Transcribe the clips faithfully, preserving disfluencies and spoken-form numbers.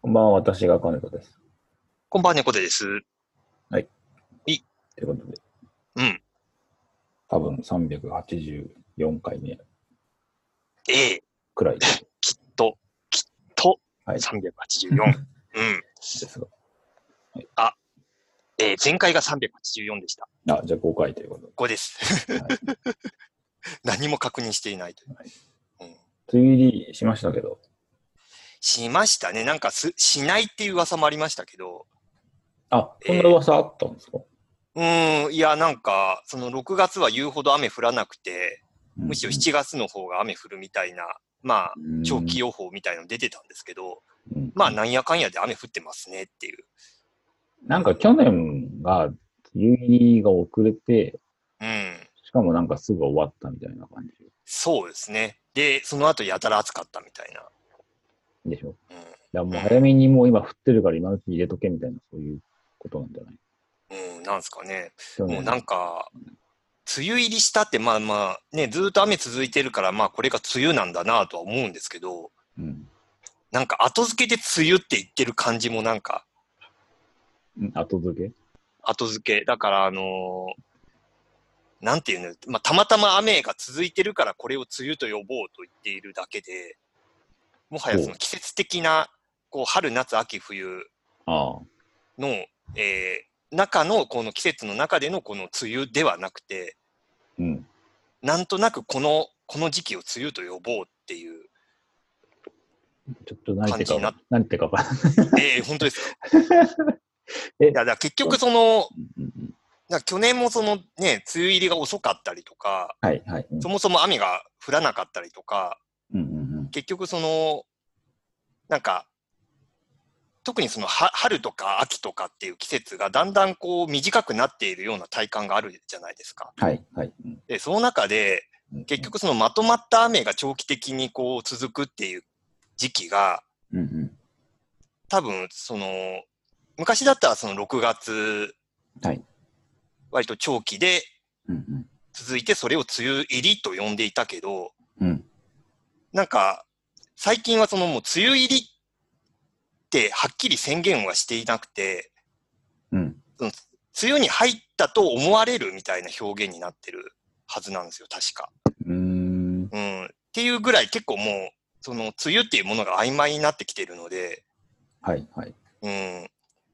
こんばんは、私が金子です。 こんばんは、猫背です。 はい。 い、 ということで、 うん。 多分さんびゃくはちじゅうよんかいめええ、 くらいきっと、きっと、 はい。 さんびゃくはちじゅうよん。うん。 ですが。はい。 あ、えー前回がさんびゃくはちじゅうよんでした。 あ、じゃあごかいということで。 ごです。 はい。 何も確認していないといはい。 う。うん。 梅雨入りしましたけど。 しましたね。なんかす、しないっていう噂もありましたけど、 あ、そんなえ噂あったんですか？ ー、うーん、いや、なんか、そのろくがつは言うほど雨降らなくて、むしろうんしちがつの方が雨降るみたいな、まあ、 うん。うーん。 長期予報みたいの出てたんですけど、 うんまあ、 うん。 なんやかんやで雨降ってますねっていう。 なんか去年が梅雨入りが遅れて、 うん。 しかもなんかすぐ終わったみたいな感じそうですね。で、その後やたら暑かったみたいな。 でしょ？ うん。 いやもう早めうにもう今降ってるから今のうちに入れとけみたいな、そういうことなんじゃない？ ん。うん。なんすかね。もうなん去年。 か、梅雨入りしたって、まあまあ、ね、ずーっと雨続いてるから、まあこれが梅雨なんだなとは思うんですけど、 うん。 なんか後付けで梅雨って言ってる感じもなんか、 うん後付け。 後付け。だからあのーなんていうの、まあたまたま雨が続いてるからこれを梅雨と呼ぼうと言っているだけで、もはやそほう。 の季節的な、こう、春、夏、秋、冬ああ。 の、えー、中の、この季節の中でのこの梅雨ではなくて、 うん。 なんとなくこの、この時期を梅雨と呼ぼうっていうちょっと何言ってるかわかん、 感じになっ、 何言ってるかわかんない。 えー、本当ですか？ え、 いや、だから結そ局その、 うんうんうん、 なんか去年もそのね、梅雨入りが遅かったりとか、 はいはい。うん。 そもそも雨が降らなかったりとか、 うんうん結局その、なんか、特にその春とか秋とかっていう季節がだんだんこう短くなっているような体感があるじゃないですか。 はいはい。うんで、その中で、 うん結局そのまとまった雨が長期的にこう続くっていう時期が、 うんうん多分その、昔だったらそのろくがつ、 はい。 割と長期でうん続いてそれを梅雨入りと呼んでいたけど、 うんうんなんか、最近はそのもう梅雨入りってはっきり宣言はしていなくて、 うん。 その梅雨に入ったと思われるみたいな表現になってるはずなんですよ、確か。 うーん。 うん。っていうぐらい結構もう、その梅雨っていうものが曖昧になってきてるので、 はいはい。 うん。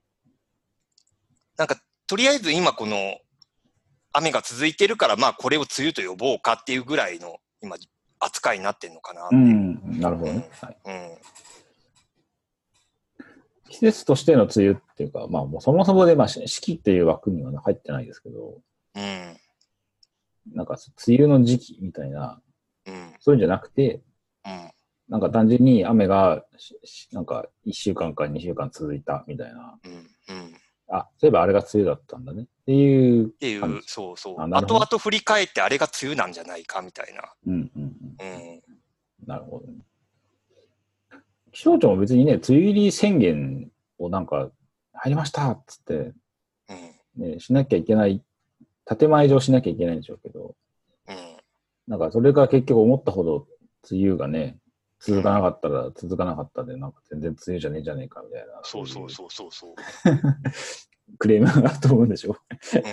なんか、とりあえず今この雨が続いてるから、まあこれを梅雨と呼ぼうかっていうぐらいの今扱いになってるのかなうっていう。 ん。なるほうん。 どね。はい。 うん。 季節としての梅雨っていうか、まあもうそもそもで、まあし四季っていう枠には入ってないですけど、 うん。 なんか梅雨の時期みたいな、 うん。 そういうんじゃなくて、 うん。 なんか単純に雨がししなんかいっしゅうかんかにしゅうかん続いたみたいな。 うん。うん。っあ、そういえばあれが梅雨だったんだねっていうていう、 感じ。 そうそう。 あ、なるほど。 後々振り返ってあれが梅雨なんじゃないかみたいな。 うんうんうん。 うん。 なるほどね。気象庁も別にね、梅雨入り宣言をなんか、入りましたっつって、 うん。 ね、しなきゃいけない、建前上しなきゃいけないんでしょうけど、 うん。 なんかそれが結局思ったほど梅雨がね、続かなうん。 かったら続かなかったで、なんか全然梅雨じゃねえじゃねえかみたいな、 そうそうそういうそうそうそう。 クレームがあると思うんでしょう。 うん。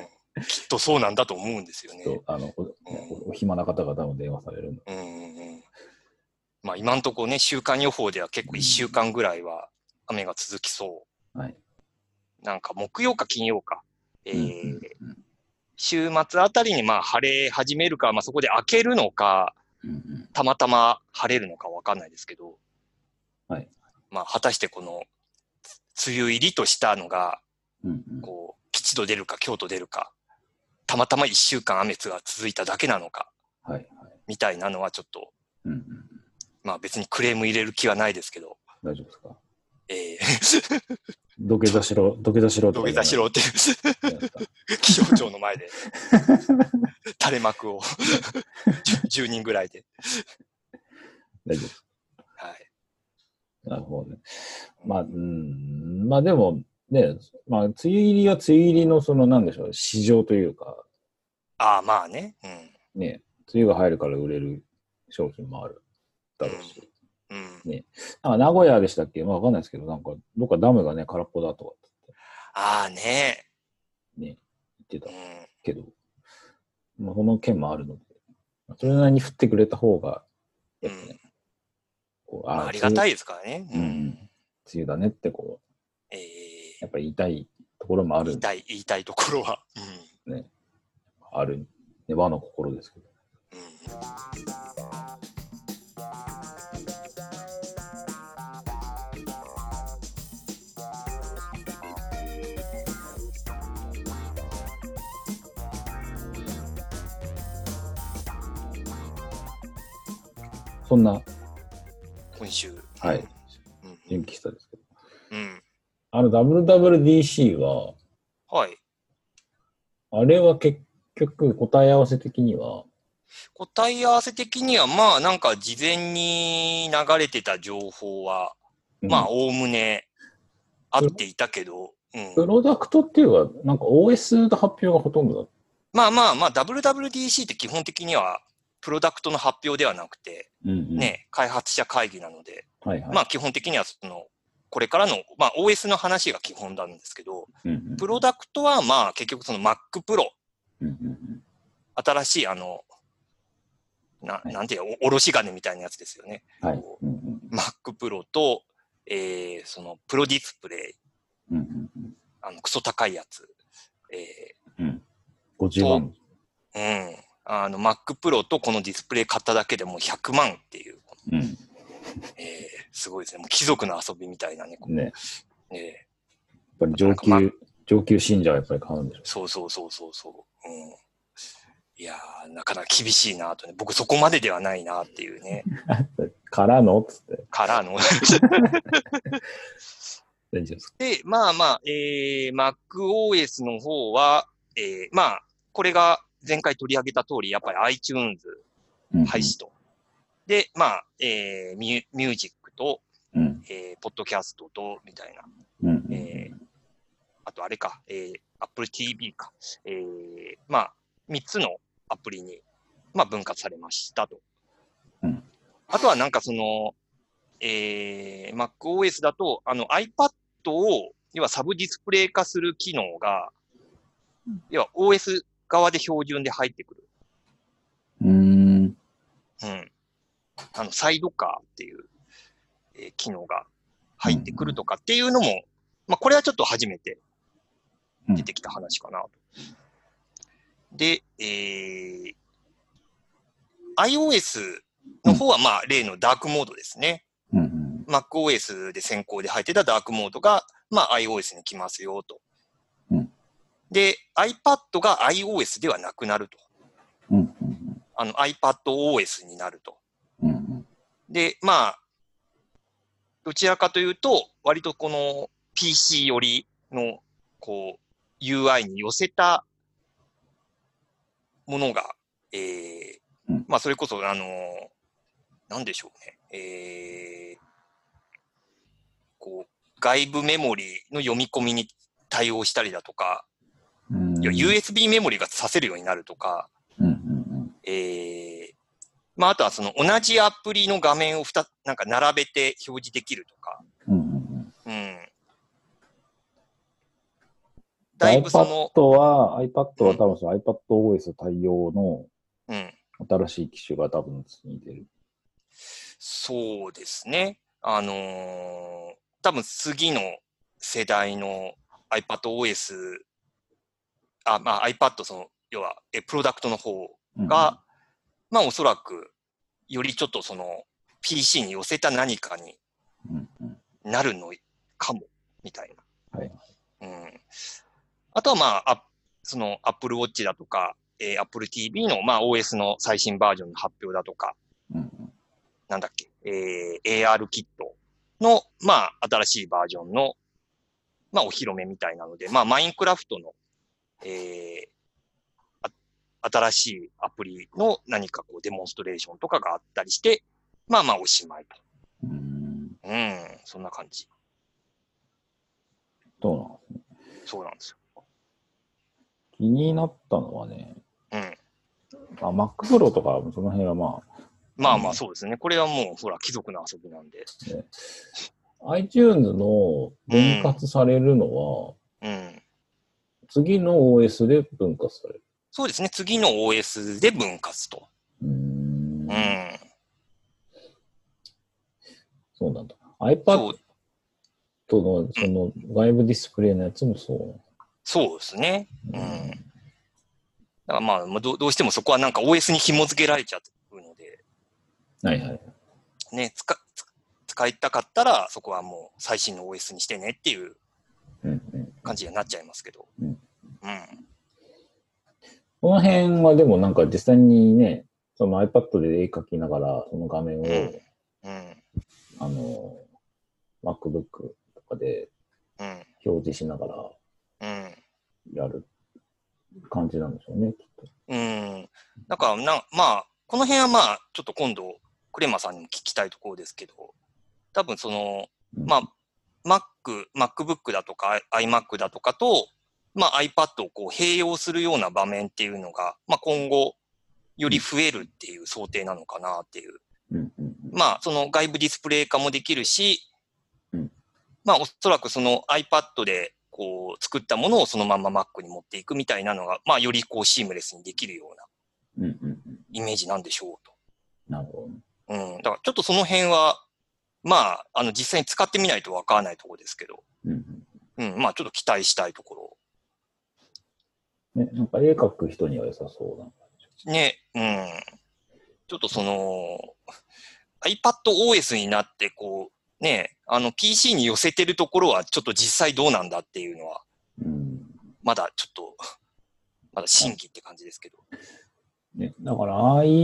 きっとそうなんだと思うんですよね。 と、あの、お、 うおお暇な方々も電話されるんだ。 ん。うん。うん。まあ今んとこね、週間予報では結構いっしゅうかんぐらいは雨が続きそはい。 う。なんか木曜か金曜か。えうんー、週末あたりにまあ晴れ始めるか、まあそこで明けるのか、 うんうんたまたま晴れるのかわかんないですけど、 はい。 まあ果たしてこの梅雨入りとしたのが、 うんうんこう、吉と出るか京と出るか、たまたまいっしゅうかん雨が続いただけなのか、 はいはい。 みたいなのはちょっと、 うんうんまあ別にクレーム入れる気はないですけど、 大丈夫ですか？ えー、 土下座しろ、土下座しろと土か言わない。 下座しろってじゃないですか。 気象庁の前で垂れ幕をじゅうにんぐらいで。 大丈夫です。 はい。 なるほどね。まあ、うん、まあでも、ね、まあ、梅雨入りは梅雨入りのその、なんでしょう、市場というか、 ああ、まあね。うん。 ね、梅雨が入るから売れる商品もあるだろうし、 うん。うん。 ね。なんか名古屋でしたっけ、まあわかんないですけど、なんか、どっかダムがね、空っぽだとかってああね。 ね、言ってたうん。 けど、まあ、この件もあるので、それなりに降ってくれた方が、やっぱね、 うん。 こう、 まあ、 ああ、梅雨、 ありがたいですからね。ううん、 ん。 梅雨だねってこう、 ええやっぱり言いたいところもある言いたい、言いたいところは。 ね、ある、ね、和の心ですけど。 うん。うん。 そんな、 今週。 はい、 うん。 純喫茶ですけど。 うん。 あの ダブリューダブリューディーシー は、 はい。 あれは結局答え合わせ的には、 答え合わせ的には、まあ、なんか事前に流れてた情報は、 うん、 まあ、おおむね合プロっていたけど、うん。 プロダクトっていうか、なんか オーエス の発表がほとんどだ。 まあまあまあ、ダブリューダブリューディーシー って基本的には、プロダクトの発表ではなくて、 うんうん、 ね、開発者会議なので、 はいはい、 まあ基本的にはその、これからの、まあ オーエス の話が基本なんですけど、 うんうんプロダクトはまあ結局その Mac Pro、 うんうんうん、 新しいあの、な、 はい、 なんていうの、おおろし金みたいなやつですよね。 はいこうんうんう Mac Pro と、えー、そのプロディスプレイ、 うんうんうん、 あの、クソ高いやつ、えうん、ごじゅうまん。 ー、うん。あの、Mac Pro とこのディスプレイ買っただけでもうひゃくまんっていう、 うん、 えー、すごいですね。もう貴族の遊びみたいなね。 ね。 えー、 やっぱりなんか、ま、 上級、上級信者はやっぱり買うんでしょそうそうそうそうそう。うん。いやー、なかなか厳しいなとね。僕そこまでではないなっていうね。 う。からのつって。 からの。 大丈夫ですか？ で、まあまあ、えー、MacOS の方は、えー、まあ、これが前回取り上げた通り、やっぱり iTunes 廃止と。で、まあ、えー、ミュミュージックと、 うん、 えー、ポッドキャストと、みたいな。 うんうんうん、 えー、あとあれか、えー、Apple ティーブイ か。えー、まあ、みっつのアプリに、まあ、分割されましたと。 うん、 あとはなんかその、えー、MacOS だと、あの iPad を、要はサブディスプレイ化する機能が、要は オーエス 側で標準で入ってくる。 うーん。 うん。あの、サイドカーっていう、えー機能が入ってくるとかっていうのも、まあ、これはちょっと初めて出てきた話かなと。で、えー、iOS の方は、まあ、例のダークモードですね。 うんうん、 MacOS で先行で入ってたダークモードが、まあ、iOS に来ますよと。 うん、 で、iPad が iOS ではなくなると。 うんうんうん、 あの iPadOS になると。 うんうん、 で、まあ、どちらかというと、割とこの ピーシー 寄りの、こう、ユーアイ に寄せたものが、えー、 うん、 まあ、それこそ、あのー、なんでしょうね。えー、こう、外部メモリの読み込みに対応したりだとか、 うん、 いや ユーエスビー メモリがさせるようになるとか、 うんうんうん、 えー、まあ、あとはその同じアプリの画面をふたなんか並べて表示できるとか、 うんうんうん、 うん。だいぶその、 iPad は、iPad うん、 は多分その iPadOS 対応のうん。 新しい機種が多分次に出る。 そうですね。あのー多分次の世代の iPadOS、あ、まあ iPad その、要は、え、プロダクトの方が、まあおそらく、よりちょっとその、ピーシー に寄せた何かにうんうんなるのかも、みたいはい、 な。うん。あとはまあ、あその Apple Watch だとか、えー Apple ティーブイ のまあ オーエス の最新バージョンの発表だとか、 うんうんなんだっけ、えー、エーアール キットの、まあ、新しいバージョンの、まあ、お披露目みたいなので、まあ、マインクラフトの、えー、あ新しいアプリの何かこうデモンストレーションとかがあったりして、まあまあおしまいと。 うん、 うん、そんな感じ。 そうなんですね。 そうなんです気になったのはね、 よ。うん。 あ Mac Pro とかその辺はまあ、 まあまあそうですね。これはもう、ほら、貴族の遊びなんで。 ね、iTunes の分割されるのは、 うん。うん、 次の オーエス で分割される。 そうですね。次の オーエス で分割と。 うーん。 うん。 そうなんだ。 そ iPad う。 のその外部ディスプレイのやつもそう。 そうですね。 ううん。だからまあ、どどうしてもそこはなんか オーエス に紐付けられちゃうので、 はいはい。 ね、使、使いたかったら、そこはもう最新の オーエス にしてねっていう感じになっちゃいますけど。 うん。 うん。 この辺はでもなんか実際にね、その iPad で絵描きながら、その画面を、 うん。うん。 あの、MacBook とかでうん。 表示しながらうん。 やる感じなんでしょうね、きっと。 うん。だからな、まあ、この辺はまあ、ちょっと今度、クレマさんにも聞きたいところですけど、多分その、まあ、Mac、MacBook だとか iMac だとかと、まあ iPad をこう併用するような場面っていうのが、まあ今後、より増えるっていう想定なのかなっていう。 うんうん、 まあ、その外部ディスプレイ化もできるし、 うん、 まあおそらくその iPad でこう作ったものをそのまま Mac に持っていくみたいなのが、まあよりこうシームレスにできるようなイメージなんでしょうと。 なるほど。うん。だからちょっとその辺は、まあ、あの実際に使ってみないとわからないところですけど、 うん、 うん、まあちょっと期待したいところ。 ね、なんか絵描く人には良さそうな。 ね、うん。ちょっとその、iPadOS になって、こう、ね、あの ピーシー に寄せてるところはちょっと実際どうなんだっていうのは、 うん、 まだちょっと、まだ新規って感じですけど。 ね、だから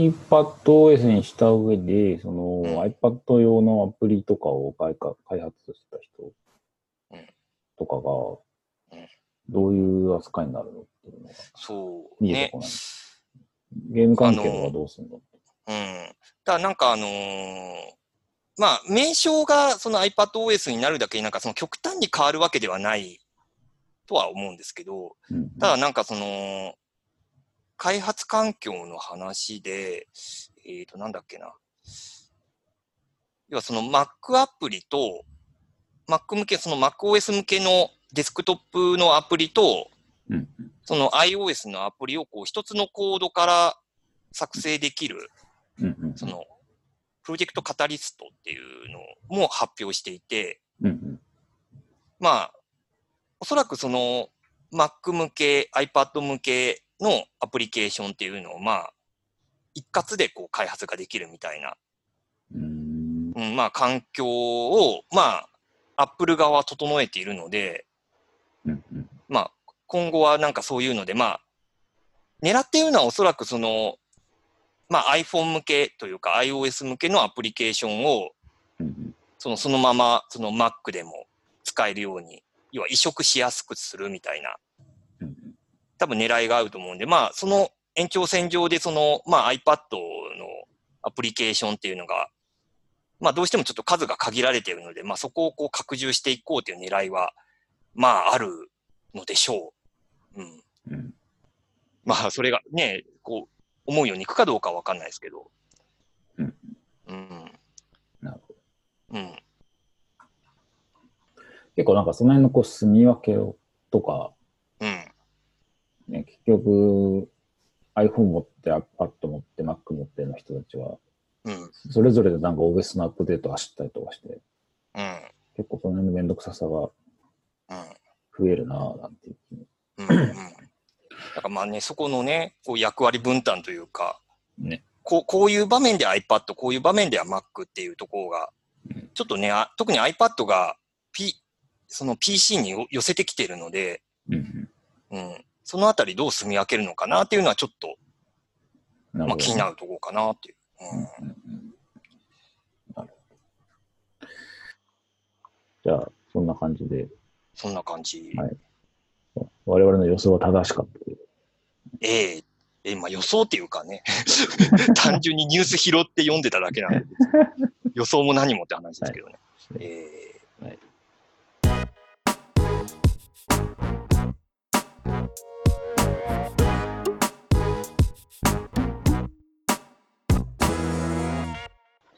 iPadOS にした上で、その、うん、iPad 用のアプリとかを開発した人とかが、どういう扱いになるのっていうのが、 そうね。 ね、ゲーム関係はどうするの、 うん。だからなんかあのー、まあ、名称がその iPadOS になるだけになんかその極端に変わるわけではないとは思うんですけど、うんうん、ただなんかその、開発環境の話で、えっと、なんだっけな。要はその Mac アプリと、Mac 向け、その MacOS 向けのデスクトップのアプリと、うん、その iOS のアプリをこう一つのコードから作成できる、うんうん、そのプロジェクトカタリストっていうのも発表していて、うんうん、まあ、おそらくその Mac 向け、iPad 向けのアプリケーションっていうのをまあ、一括でこう開発ができるみたいな、うん、うん、まあ環境を、まあ、Apple 側は整えているので、うんうん、まあ、今後はなんかそういうので、まあ、狙っているのはおそらくその、まあ iPhone 向けというか iOS 向けのアプリケーションを、うんうん、そのそのままその Mac でも使えるように、要は移植しやすくするみたいな、うん、多分狙いがあると思うんで、まあその延長線上でその、まあ iPad のアプリケーションっていうのが、まあどうしてもちょっと数が限られているので、まあそこをこう拡充していこうという狙いは、まああるのでしょう。うん。うん、まあそれがね、こう、思うようにいくかどうかはわかんないですけど。うん。うん。 なるほど。うん。 結構なんかその辺のこう住み分けをとか、 うん。 ね、結局 iPhone 持って iPad 持って Mac 持っての人たちは、うん、それぞれでなんか オーエス のアップデート走ったりとかして、うん、結構その辺のめんどくささが増えるなぁなんていう気に。 うんうんうんだからまあね、そこのね、こう役割分担というか、ね、こう、こういう場面で iPad、こういう場面では Mac っていうところが、うん、ちょっとね、特に iPad が、P、その ピーシー に寄せてきてるので、うんうん、そのあたりどう住み分けるのかなっていうのはちょっと、ね、まあ気になるところかなっていう。うんうんうん、 なるほど。じゃあ、そんな感じで。 そんな感じ。 はい。我々の予想は正しかったという。 えええ、まあ予想っていうかね、単純にニュース拾って読んでただけなんで、予想も何もって話ですけどね。はい、えーはい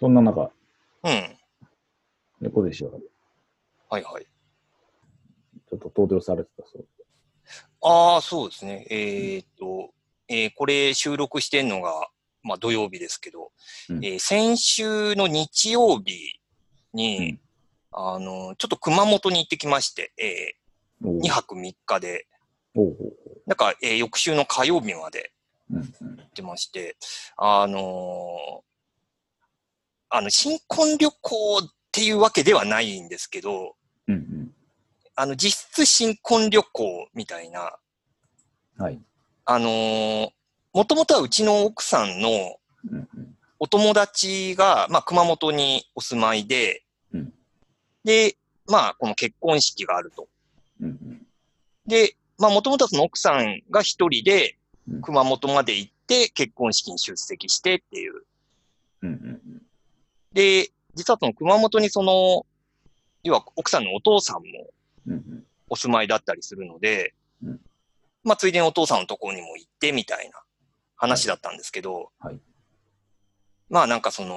そんな中、 うん。 猫弟子は、 はいはい。 ちょっと登場されてたそう。 ああ、そうですね。えー、っと、えー、これ収録してんのが、まあ土曜日ですけど、うん、えー、先週の日曜日に、うん、あの、ちょっと熊本に行ってきまして、えー、にはくみっかで、なんか、えー、翌週の火曜日まで行ってまして、あのー、あの、新婚旅行っていうわけではないんですけど、うんうん、あの、実質新婚旅行みたいな、はい。あのー、もともとはうちの奥さんのお友達が、まあ、熊本にお住まいで、うん、で、まあ、この結婚式があると。うんうん、で、まあ、もともとはその奥さんが一人で熊本まで行って結婚式に出席してっていう。うんうんうん、で、実はその熊本にその、要は奥さんのお父さんもお住まいだったりするので、うんうん、まあ、ついでにお父さんのところにも行ってみたいな話だったんですけど、はいはい、まあなんかその、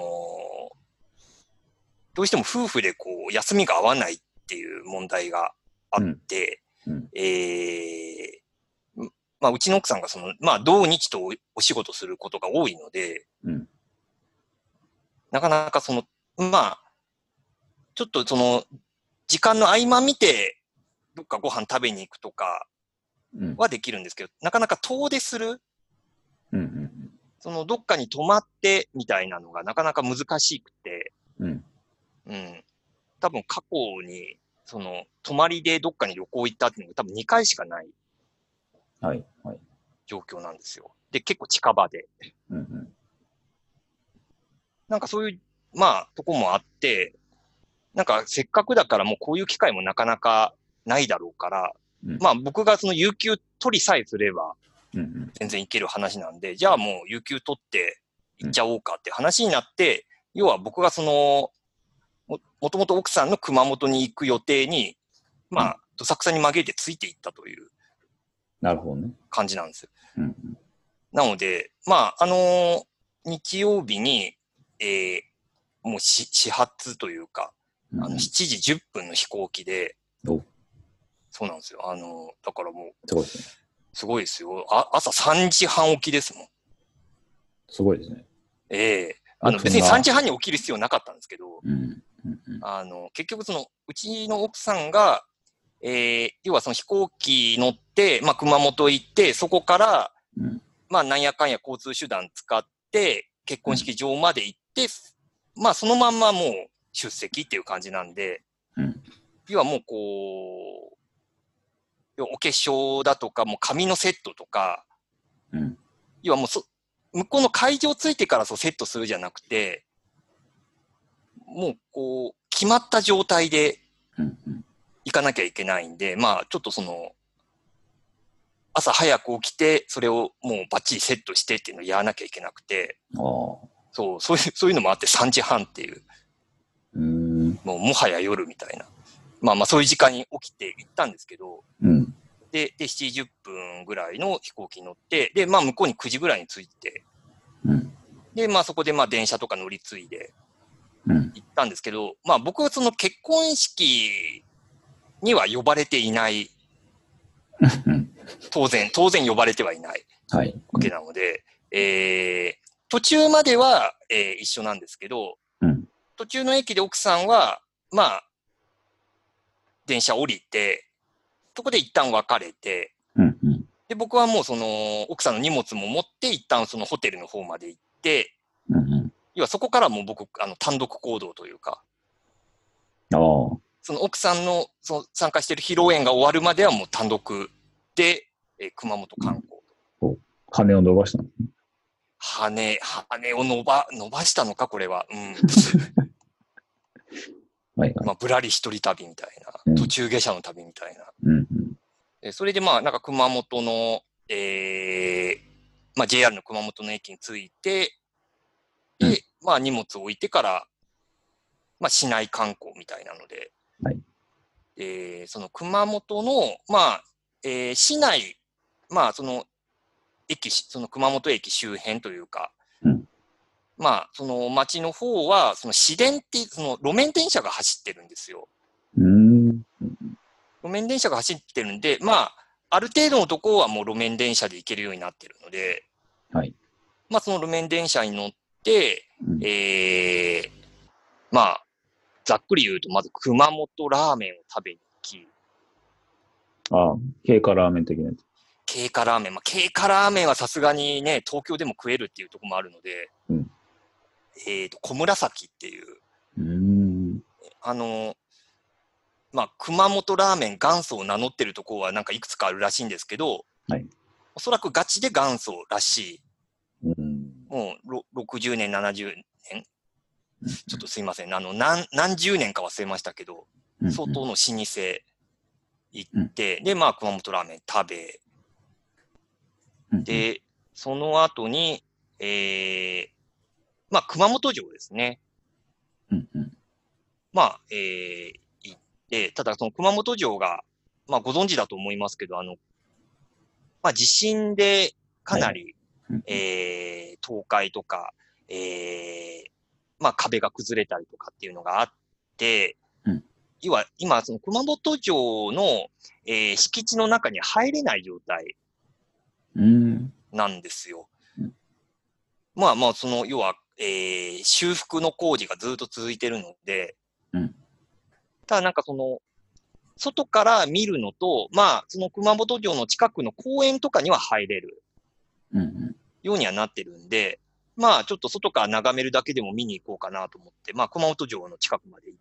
どうしても夫婦でこう、休みが合わないっていう問題があって、うんうん、えー、まあうちの奥さんがその、まあ同日とお仕事することが多いので、うん、なかなかその、まあ、ちょっとその、時間の合間見て、どっかご飯食べに行くとかはできるんですけど、うん、なかなか遠出する、うんうん、そのどっかに泊まってみたいなのがなかなか難しくて、うんうん、多分過去に、その、泊まりでどっかに旅行行ったっていうのが多分にかいしかない。はい。はい。状況なんですよ。で、結構近場で。うんうん。なんかそういう、まあ、とこもあって、なんかせっかくだからもうこういう機会もなかなかないだろうから、うん、まあ僕がその有給取りさえすれば、全然行ける話なんで、うんうん、じゃあもう有給取って行っちゃおうかって話になって、うん、要は僕がその、も、もともと奥さんの熊本に行く予定に、まあ、どさくさに紛れてついていったという。なるほどね。感じなんですよ。うんうん、なので、まあ、あのー、日曜日に、えー、もうし始発というか、うん、あの、しちじじゅっぷんの飛行機で、そうなんですよ。あのー、だからもう、すごいですね。すごいですよ。あ、朝さんじはん起きですもん。すごいですね。ええー、あの、別にさんじはんに起きる必要なかったんですけど、うんうんうん、あの、結局その、うちの奥さんが、えー、要はその飛行機乗って、まあ、熊本行って、そこから、うん、まあ、なんやかんや交通手段使って、結婚式場まで行って、うん、まあ、そのまんまもう出席っていう感じなんで、うん、要はもうこう、要はお化粧だとか、もう髪のセットとか、うん、要はもうそ、向こうの会場ついてからそうセットするじゃなくて、もうこう、決まった状態で行かなきゃいけないんで、まあ、ちょっとその、朝早く起きて、それをもうバッチリセットしてっていうのをやらなきゃいけなくて、そう、そういう、そういうのもあってさんじはんっていう、うーんもうもはや夜みたいな。まあまあそういう時間に起きて行ったんですけど、うん、で、で、しちじじゅっぷんぐらいの飛行機に乗って、で、まあ向こうにくじぐらいに着いて、うん、で、まあそこでまあ電車とか乗り継いで行ったんですけど、うん、まあ僕はその結婚式には呼ばれていない。当然、当然呼ばれてはいないわけなので、はい、えー、途中までは、えー、一緒なんですけど、うん、途中の駅で奥さんは、まあ、電車降りて、そこで一旦別れて、うんうん、で、僕はもうその、奥さんの荷物も持って、一旦そのホテルの方まで行って、うんうん、要はそこからもう僕、あの、単独行動というか、その奥さんのその参加している披露宴が終わるまではもう単独で、えー、熊本観光。うん、羽を伸ばしたの羽、羽を伸ば、伸ばしたのか、これは。うん。はいはい、まあ、ぶらり一人旅みたいな、うん、途中下車の旅みたいな。うんうん、それでまあ、なんか熊本の、えー、まあ ジェイアール の熊本の駅に着いて、で、うん、まあ荷物を置いてから、まあ市内観光みたいなので、はい、えー、その熊本の、まあ、えー、市内、まあその駅、その熊本駅周辺というか、うん、 まあ、その町の方は、その市電っていう、その路面電車が走ってるんですよ。 うん。 路面電車が走ってるんで、まあ、ある程度のところはもう路面電車で行けるようになってるので、 はい。 まあ、その路面電車に乗って、うん、えー、まあ、ざっくり言うと、まず熊本ラーメンを食べに行き。 ああ、経過ラーメン的なやつ。 経過ラーメン。まあ、経過ラーメンはさすがにね、東京でも食えるっていうところもあるので、うん、えっと、小紫っていう、 うーんあの、まあ、熊本ラーメン元祖を名乗ってるところはなんかいくつかあるらしいんですけど、はい、おそらくガチで元祖らしい。うん、もうろくじゅうねん、ななじゅうねん、ちょっとすいません、あの何、何十年か忘れましたけど、相当の老舗行って、で、まあ、熊本ラーメン食べ、で、その後に、えー、まあ、熊本城ですね。まあ、えー、行って、ただその熊本城が、まあ、ご存知だと思いますけど、あの、まあ、地震でかなり、はい、えー、倒壊とか、えー、まあ、壁が崩れたりとかっていうのがあって、うん、要は今、その熊本城の、えー、敷地の中に入れない状態なんですよ。うん、まあまあ、その、要は、えー、修復の工事がずっと続いてるので、うん、ただなんかその、外から見るのと、まあ、その熊本城の近くの公園とかには入れるようにはなってるんで、まあ、ちょっと外から眺めるだけでも見に行こうかなと思って、まあ、熊本城の近くまで行って、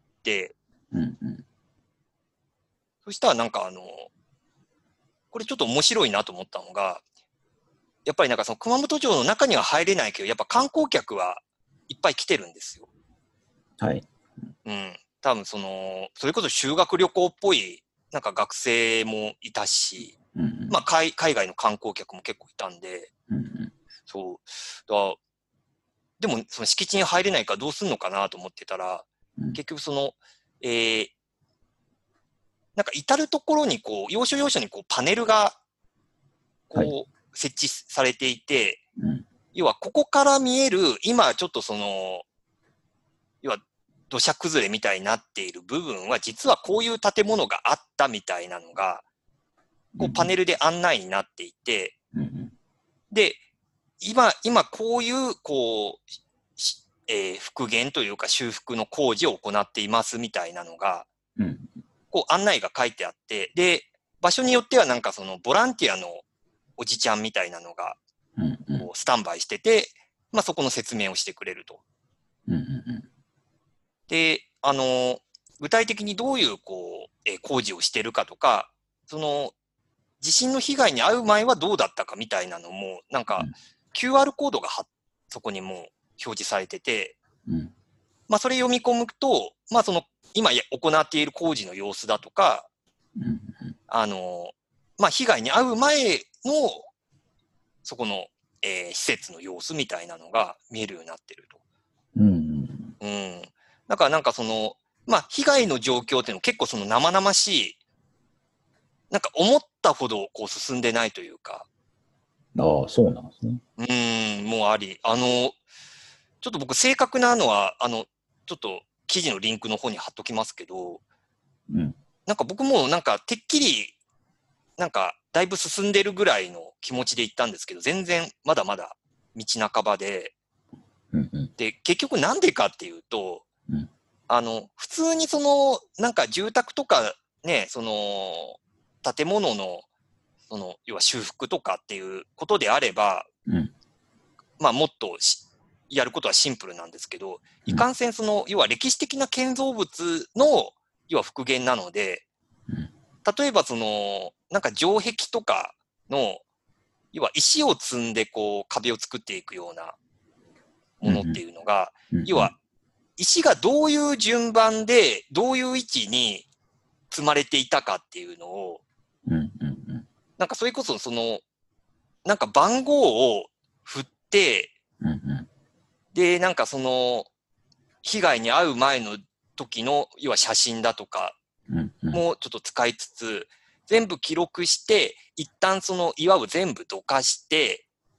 うんうん、そしたらなんかあの、これちょっと面白いなと思ったのが、やっぱりなんかその熊本城の中には入れないけど、やっぱ観光客はいっぱい来てるんですよ。 はい。 うん。多分その、それこそ修学旅行っぽい、なんか学生もいたし、うんうん、まあ海、海外の観光客も結構いたんで、うんうん、そう。だでも、その敷地に入れないからどうすんのかなと思ってたら、うん、結局その、えー、なんか至るところにこう、要所要所にこう、パネルが、こう、はい、設置されていて、うん、要はここから見える、今ちょっとその、要は土砂崩れみたいになっている部分は、実はこういう建物があったみたいなのが、こうパネルで案内になっていて、うん、で、今、今こういう、こう、えー、復元というか修復の工事を行っていますみたいなのが、うん、こう案内が書いてあって、で、場所によってはなんかそのボランティアのおじちゃんみたいなのが、こうスタンバイしてて、まあそこの説明をしてくれると。うんうんうん、で、あの、具体的にどういう、こう、えー、工事をしてるかとか、その、地震の被害に遭う前はどうだったかみたいなのも、なんか、キューアール コードがそこにもう表示されてて、うん、まあ、それ読み込むと、まあ、その、今行っている工事の様子だとか、うん、あの、まあ、被害に遭う前の、そこの、えー、施設の様子みたいなのが見えるようになってると。うん。うん。だからなんかその、まあ、被害の状況っていうのは結構その生々しい、なんか思ったほどこう進んでないというか。 ああ、そうなんですね。 うん、もうあり。あの、ちょっと僕正確なのは、あの、ちょっと記事のリンクの方に貼っときますけど、うん、なんか僕もなんかてっきり、なんかだいぶ進んでるぐらいの気持ちで行ったんですけど、全然まだまだ道半ばで、うんうん、で、結局なんでかっていうと、うん、あの、普通にその、なんか住宅とかね、その、建物の、その、要は修復とかっていうことであれば、うん、まあもっとやることはシンプルなんですけど、いかんせんその、要は歴史的な建造物の、要は復元なので、例えばその、なんか城壁とかの、要は石を積んでこう壁を作っていくようなものっていうのが、要は石がどういう順番で、どういう位置に積まれていたかっていうのを、なんかそれこそその、なんか番号を振って、で、なんかその、被害に遭う前の時の、要は写真だとかもちょっと使いつつ、全部記録して、一旦その岩を全部どかして、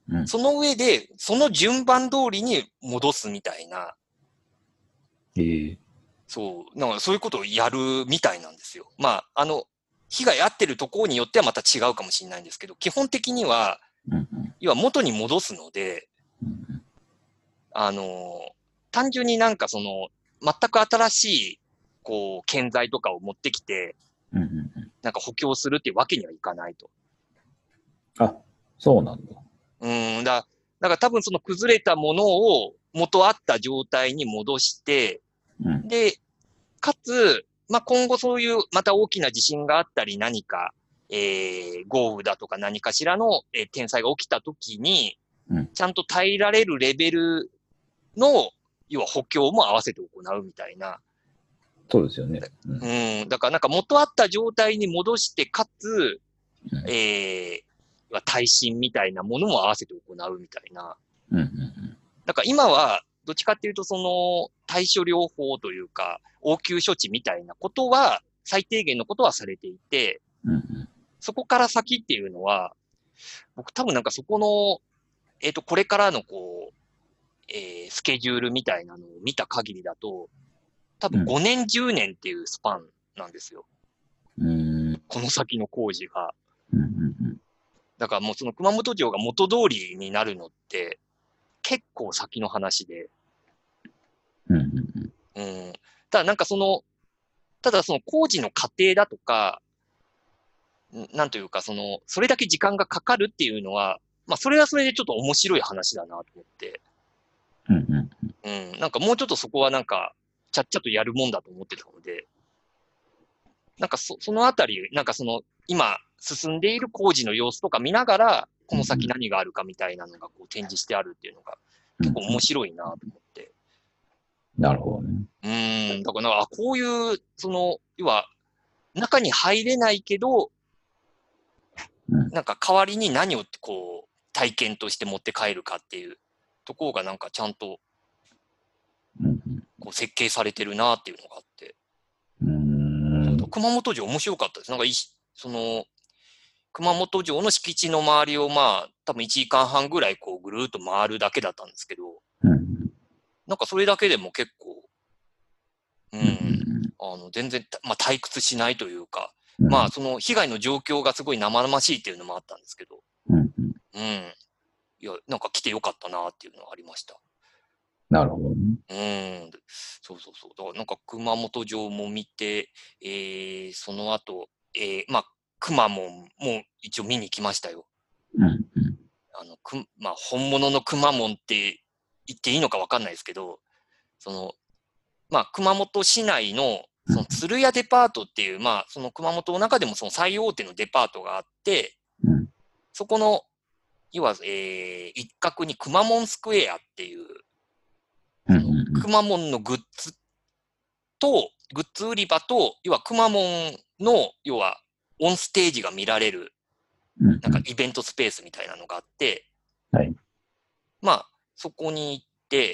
うん、 その上で、その順番通りに戻すみたいな。 えー、 そう、なんかそういうことをやるみたいなんですよ。まあ、あの、被害あってるところによってはまた違うかもしれないんですけど、基本的には、 うんうん、 要は元に戻すので、 うんうん、 あの、単純になんかその、全く新しい、こう、建材とかを持ってきて、 うんうんうん、 なんか補強するっていうわけにはいかないと。 あ、そうなんだ。 うん、だ、だから多分その崩れたものを元あった状態に戻して、 うん、 で、かつ、まあ、今後そういうまた大きな地震があったり何か、えー、豪雨だとか何かしらの、えー、天災が起きた時に、 うん、 ちゃんと耐えられるレベルの、要は補強も合わせて行うみたいな。 そうですよね。うん、 うん、だからなんか元あった状態に戻して、かつ、 うん、 えー、耐震みたいなものも合わせて行うみたいな。 うん、うん、 だから今は、どっちかっていうと、その、対処療法というか、応急処置みたいなことは、最低限のことはされていて、 うん、うん、 そこから先っていうのは、僕多分なんかそこの、えっ、と、これからのこう、えースケジュールみたいなのを見た限りだと、多分ごねん、じゅうねんっていうスパンなんですよ。 うん、 この先の工事が。 うん、うん、 だからもうその熊本城が元通りになるのって、結構先の話で。 うん、うん、 うん。ただなんかその、ただその工事の過程だとか、なんというかその、それだけ時間がかかるっていうのは、まあそれはそれでちょっと面白い話だなと思って。 うん、 うん。なんかもうちょっとそこはなんか、ちゃっちゃとやるもんだと思ってたので、なんかそ、そのあたり、なんかその、今進んでいる工事の様子とか見ながら、この先何があるかみたいなのがこう展示してあるっていうのが結構面白いなと思って。 なるほどね。 うーん。だからなんか、あ、こういう、その、要は、中に入れないけど、 うん、 なんか代わりに何をこう、体験として持って帰るかっていうところがなんかちゃんとうん、 こう設計されてるなっていうのがあって。 うん、 そう熊本城面白かったです。なんかい、その、熊本城の敷地の周りをまあ、多分いちじかんはんぐらいこうぐるっと回るだけだったんですけど、 うん、 なんかそれだけでも結構、ううん、 ん、あの、全然、まあ退屈しないというか、 うん、 まあその被害の状況がすごい生々しいっていうのもあったんですけど、 うん、 うん。いや、なんか来てよかったなっていうのがありました。 なるほどね。 うん。そうそうそう。だからなんか熊本城も見て、えー、その後、えー、まあ、熊門も一応見に行きましたよ。 うん、うん、 あの、く、まあ、本物の熊門って言っていいのかわかんないですけど、その、まあ、熊本市内の、その鶴屋デパートっていう、まあ、その熊本の中でもその最大手のデパートがあって、 うん、 そこの、要は、えー、一角に熊門スクエアっていう、 うん、 その、 うん、 くまモンのグッズと、グッズ売り場と、要はくまモンの、要は、オンステージが見られる、 うんなんかイベントスペースみたいなのがあって、 はい。 まあ、そこに行って、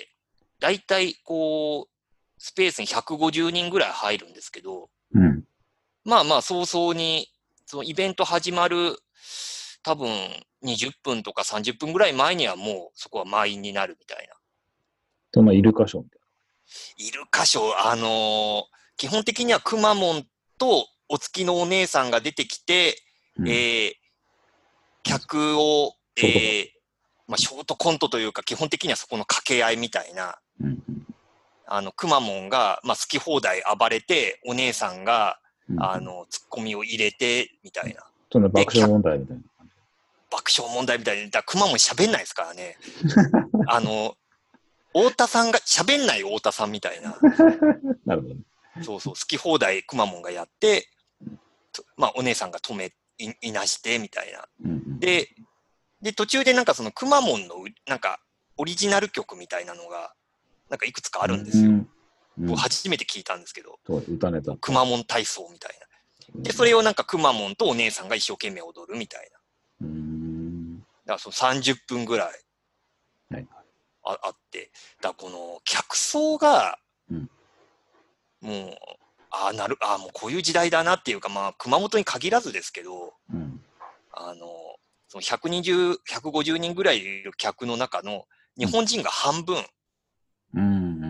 だいたいこう、スペースにひゃくごじゅうにんぐらい入るんですけど、 うん、 まあまあ、早々に、そのイベント始まる、多分にじゅっぷんとかさんじゅっぷんぐらい前にはもうそこは満員になるみたいな。 そのイルカショーみたいいる箇所、あのー基本的にはくまモンとお付きのお姉さんが出てきて、 な。うん、 えー、客を、えショートコント。 ー、まあ、ショートコントというか、基本的にはそこの掛け合いみたいな、 うん、 あの、くまモンが、まあ、好き放題暴れて、お姉さんが、 うん、 あの、ツッコミを入れて、みたいな。 そので、 爆笑問題みたいな。 爆笑問題みたいな。だくまモン喋んないですからね。あの、太田さんが、喋んない太田さんみたいな。 なるほどね。 そうそう、好き放題くまモンがやって、まあ、お姉さんが止め、い、いなして、みたいな。 うん、 で、で、途中でなんかそのくまモンの、なんか、オリジナル曲みたいなのが、なんかいくつかあるんですよ。 うん、 僕初めて聞いたんですけど、 そう、歌ネタ。 くまモン体操みたいな。で、それをなんかくまモンとお姉さんが一生懸命踊るみたいな。 うん。 だからそのさんじゅっぷんぐらいはい。 ああって、だからこの客層が、 うんもう、ああ、なる、ああ、もうこういう時代だなっていうか、まあ、熊本に限らずですけど、 うん。 あの、 そのひゃくにじゅう、ひゃくごじゅうにんぐらいいる客の中の日本人が半分。 うんうんうん、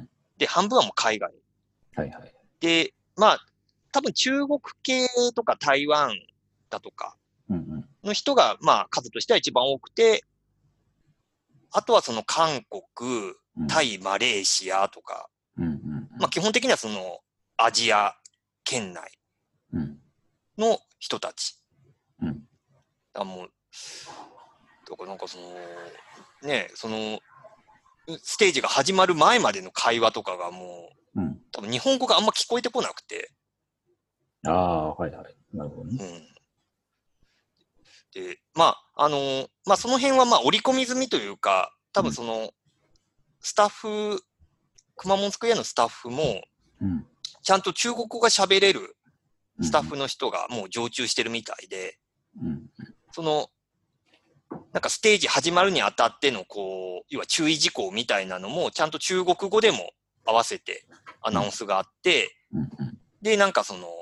で、半分はもう海外。 はいはい。 で、まあ、多分中国系とか台湾だとかの人が、まあ、数としては一番多くて、あとはその韓国、タイ、マレーシアとか、 うんうんうん、 まあ基本的にはそのアジア圏内の人たち。うん、だもう、だからなんかその、ね、その、ステージが始まる前までの会話とかがもう、うん、多分日本語があんま聞こえてこなくて。 ああ、はいはい。なるほどね。 うんで、まあ、あのー、まあ、その辺はまあ、織り込み済みというか、多分その、スタッフ、くまモンスクエアのスタッフも、ちゃんと中国語が喋れるスタッフの人がもう常駐してるみたいで、その、なんかステージ始まるにあたっての、こう、要は注意事項みたいなのも、ちゃんと中国語でも合わせてアナウンスがあって、で、なんかその、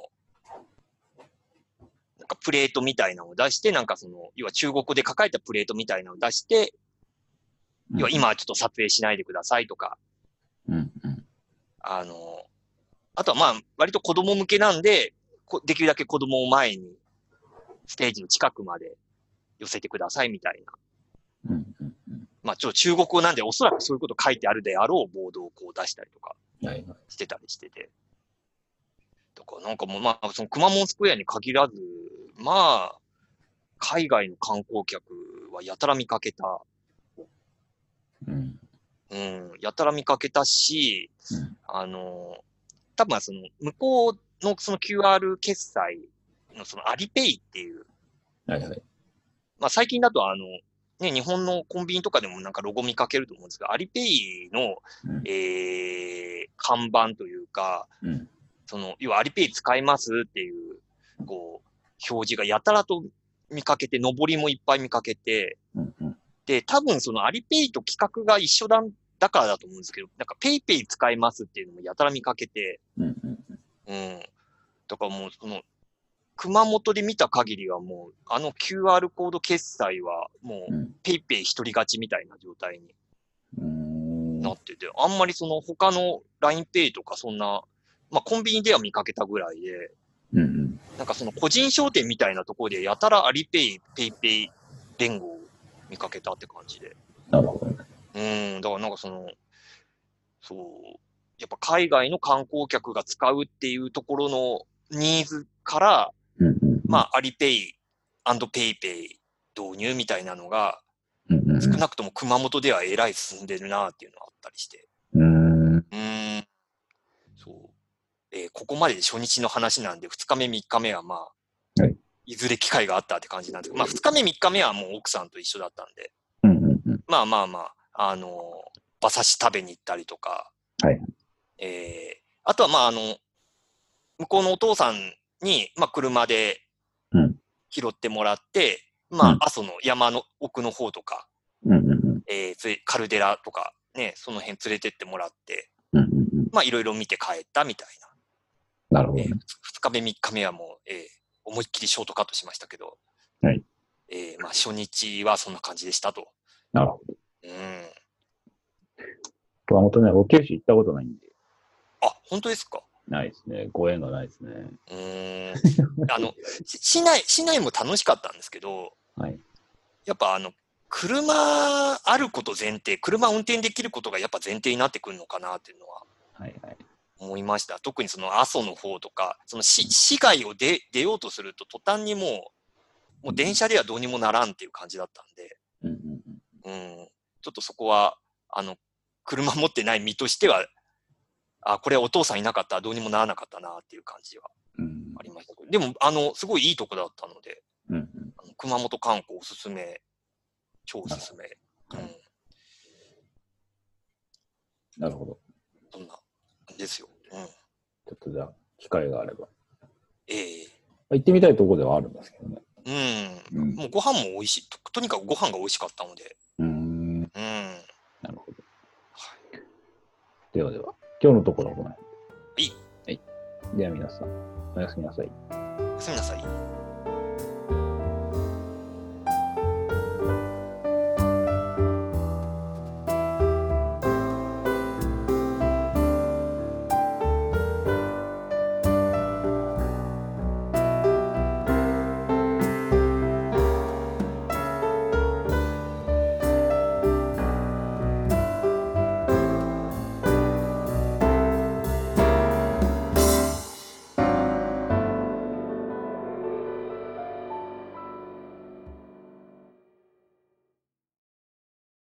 なんかプレートみたいなのを出して、なんかその、要は中国語で書かれたプレートみたいなのを出して、要は今はちょっと撮影しないでくださいとか、 うんうん、 あの、あとはまあ、割と子供向けなんで、できるだけ子供を前に、ステージの近くまで寄せてくださいみたいな。うんうんうん、まあ、ちょっと中国語なんで、おそらくそういうこと書いてあるであろうボードをこう出したりとかしてたりしてて。だからなんかもう、まあ、そのくまモンスクエアに限らず、まあ、海外の観光客はやたら見かけた。うん。うん、やたら見かけたし、うん、あの、多分その、向こうのその キューアール 決済のそのアリペイっていう。 はいはい。 まあ最近だとあの、ね、日本のコンビニとかでもなんかロゴ見かけると思うんですが、アリペイの、うん、えー、看板というか、うん、その、要はアリペイ使いますっていう、こう、表示がやたらと見かけて、上りもいっぱい見かけて、うんうん、で、多分そのアリペイと規格が一緒だ、だからだと思うんですけど、なんかペイペイ使いますっていうのもやたら見かけて、うん、うんうん、だからもうその、熊本で見た限りはもう、あの キューアール コード決済はもう、ペイペイ一人勝ちみたいな状態になってて、あんまりその他の ラインペイ とかそんな、まあコンビニでは見かけたぐらいで、うんうん、なんかその個人商店みたいなところでやたらアリペイ、ペイペイ連合を見かけたって感じで。 なるほどね。 うん、だからなんかその、そう、やっぱ海外の観光客が使うっていうところのニーズから、うんうんうん、まあ、アリペイ&ペイペイ導入みたいなのが、うんうんうん、少なくとも熊本ではえらい進んでるなっていうのがあったりして。うーん。うーん。そう。えー、ここまでで初日の話なんで、ふつかめ、みっかめはまあ、はい、いずれ機会があったって感じなんですけど、まあ、ふつかめ、みっかめはもう奥さんと一緒だったんで、うんうんうん、まあまあまあ、あのー、馬刺し食べに行ったりとか、はい。えー、あとはまあ、あの、向こうのお父さんに、まあ、車で拾ってもらって、うん、まあ、阿蘇の山の奥の方とか、うんうんうん、えー、カルデラとか、ね、その辺連れてってもらって、うんうんうん、まあ、いろいろ見て帰ったみたいな。なるほどね。 えー、ふつかめ、みっかめはもう、えー、思いっきりショートカットしましたけど、 はい。 えー、まあ、初日はそんな感じでしたと。 なるほど。 うん。 熊本ね、僕九州行ったことないんで。 あ、本当ですか？ ないですね。ご縁がないですね。 うーん。あの、市内、市内も楽しかったんですけど、はい、やっぱあの、車あること前提、車運転できることがやっぱ前提になってくるのかなっていうのは、はいはい、思いました。特にその阿蘇の方とか、その市、市外を出、出ようとすると途端にもう、もう電車ではどうにもならんっていう感じだったんで、うん、うん、ちょっとそこは、あの、車持ってない身としては、あ、これはお父さんいなかったらどうにもならなかったなっていう感じはありました。うん、でも、あの、すごいいいとこだったので、うんうん、あの熊本観光おすすめ、超おすすめ。うん、 なるほど。 そんな、ですよ。うん。ちょっとじゃあ、機会があれば。 ええー、行ってみたいところではあるんですけどね。 うん。うん、もうご飯も美味しいと。とにかくご飯が美味しかったので。 うん。うん。 なるほど。はい。ではでは、今日のところはこの辺。 はい。 はい。では皆さん、おやすみなさい。 おやすみなさい。